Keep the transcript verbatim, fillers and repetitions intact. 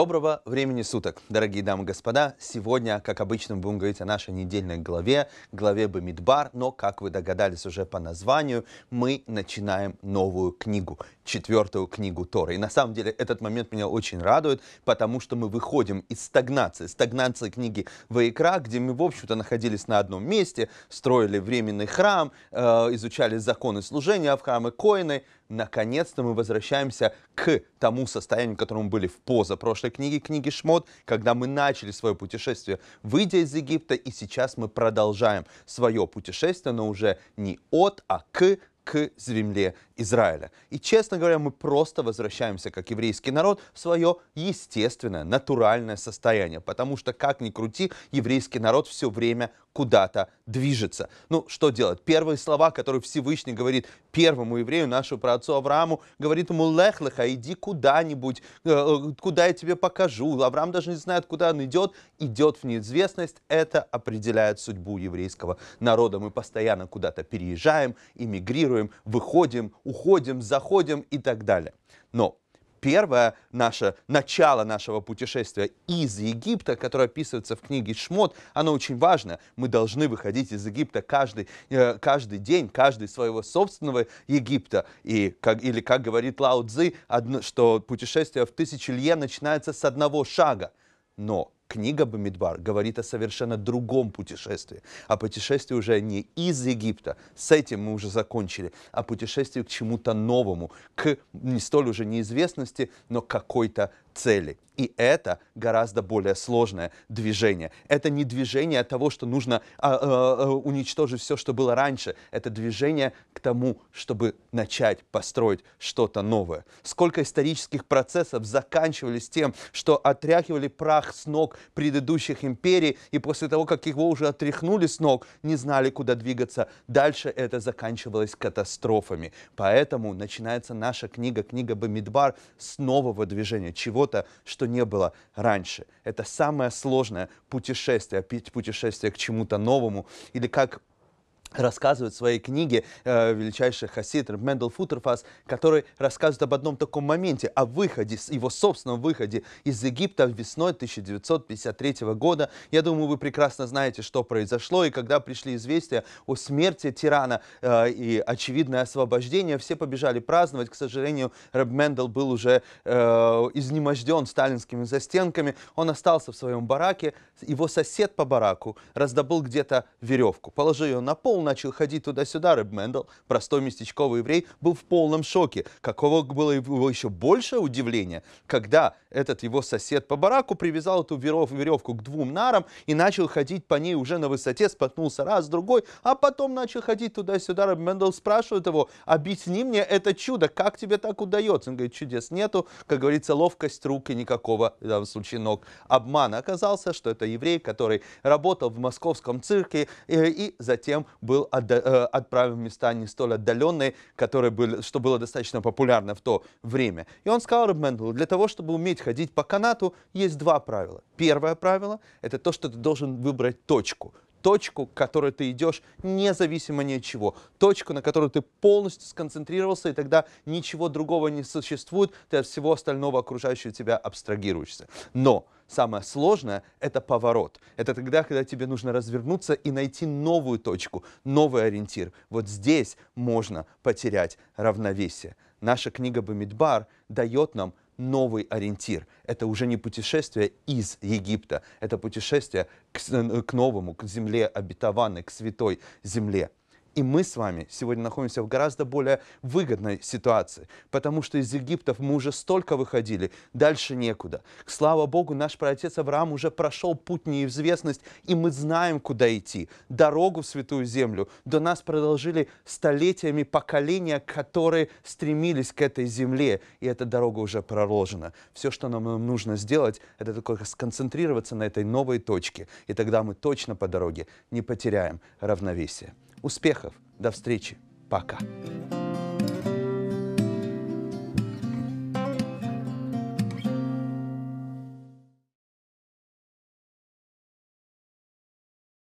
Доброго времени суток, дорогие дамы и господа. Сегодня, как обычно, мы будем говорить о нашей недельной главе, главе Бамидбар, но, как вы догадались уже по названию, мы начинаем новую книгу, четвертую книгу Торы. И на самом деле этот момент меня очень радует, потому что мы выходим из стагнации, стагнации книги Ваикра, где мы, в общем-то, находились на одном месте, строили временный храм, э, изучали законы служения в храме Коины. Наконец-то мы возвращаемся к тому состоянию, в котором мы были в позапрошлой книге, книге Шмот, когда мы начали свое путешествие, выйдя из Египта, и сейчас мы продолжаем свое путешествие, но уже не от, а к, к земле Израиля. И, честно говоря, мы просто возвращаемся, как еврейский народ, в свое естественное, натуральное состояние, потому что, как ни крути, еврейский народ все время куда-то движется. Ну, что делать? Первые слова, которые Всевышний говорит первому еврею, нашему праотцу Аврааму, говорит ему: «Лех леха, иди куда-нибудь, куда я тебе покажу». Авраам даже не знает, куда он идет, идет в неизвестность. Это определяет судьбу еврейского народа. Мы постоянно куда-то переезжаем, эмигрируем, выходим, уходим, заходим и так далее. Но первое наше, начало нашего путешествия из Египта, которое описывается в книге Шмот, оно очень важно. Мы должны выходить из Египта каждый, э, каждый день, каждый своего собственного Египта. И, как, или, как говорит Лао Цзы, одно, что путешествие в тысячу лье начинается с одного шага. Но книга Бамидбар говорит о совершенно другом путешествии. О путешествии уже не из Египта, с этим мы уже закончили, а путешествии к чему-то новому, к не столь уже неизвестности, но к какой-то цели. И это гораздо более сложное движение. Это не движение того, что нужно а, а, уничтожить все, что было раньше. Это движение к тому, чтобы начать построить что-то новое. Сколько исторических процессов заканчивались тем, что отряхивали прах с ног предыдущих империй, и после того, как его уже отряхнули с ног, не знали, куда двигаться. Дальше это заканчивалось катастрофами. Поэтому начинается наша книга, книга Бамидбар, с нового движения, чего-то, что не было раньше. Это самое сложное путешествие, путешествие к чему-то новому, или как рассказывает в своей книге э, величайший хасид Рав Мендел Футерфас, который рассказывает об одном таком моменте, о выходе, его собственном выходе из Египта весной тысяча девятьсот пятьдесят третьего года. Я думаю, вы прекрасно знаете, что произошло, и когда пришли известия о смерти тирана э, и очевидное освобождение, все побежали праздновать. К сожалению, Рав Мендел был уже э, изнеможден сталинскими застенками, он остался в своем бараке, его сосед по бараку раздобыл где-то веревку, положил ее на пол, начал ходить туда-сюда. Рав Мендел, простой местечковый еврей, был в полном шоке. Какого было его еще большее удивление, когда этот его сосед по бараку привязал эту веревку к двум нарам и начал ходить по ней уже на высоте, споткнулся раз, другой, а потом начал ходить туда-сюда. Рав Мендел спрашивает его: объясни мне это чудо, как тебе так удается? Он говорит: чудес нету, как говорится, ловкость рук и никакого, в данном случае, ног. Обман. Оказался, что это еврей, который работал в московском цирке и, и затем был отправлен в места не столь отдаленные, которые были, что было достаточно популярно в то время. И он сказал Рав Менделу: для того, чтобы уметь ходить по канату, есть два правила. Первое правило – это то, что ты должен выбрать точку. Точку, к которой ты идешь, независимо ни от чего. Точку, на которую ты полностью сконцентрировался, и тогда ничего другого не существует, ты от всего остального окружающего тебя абстрагируешься. Но самое сложное – это поворот. Это тогда, когда тебе нужно развернуться и найти новую точку, новый ориентир. Вот здесь можно потерять равновесие. Наша книга Бамидбар дает нам новый ориентир. Это уже не путешествие из Египта, это путешествие к, к новому, к земле обетованной, к святой земле. И мы с вами сегодня находимся в гораздо более выгодной ситуации, потому что из Египта мы уже столько выходили, дальше некуда. Слава Богу, наш праотец Авраам уже прошел путь неизвестность, и мы знаем, куда идти. Дорогу в святую землю до нас продолжили столетиями поколения, которые стремились к этой земле, и эта дорога уже проложена. Все, что нам нужно сделать, это только сконцентрироваться на этой новой точке, и тогда мы точно по дороге не потеряем равновесие. Успехов! До встречи! Пока!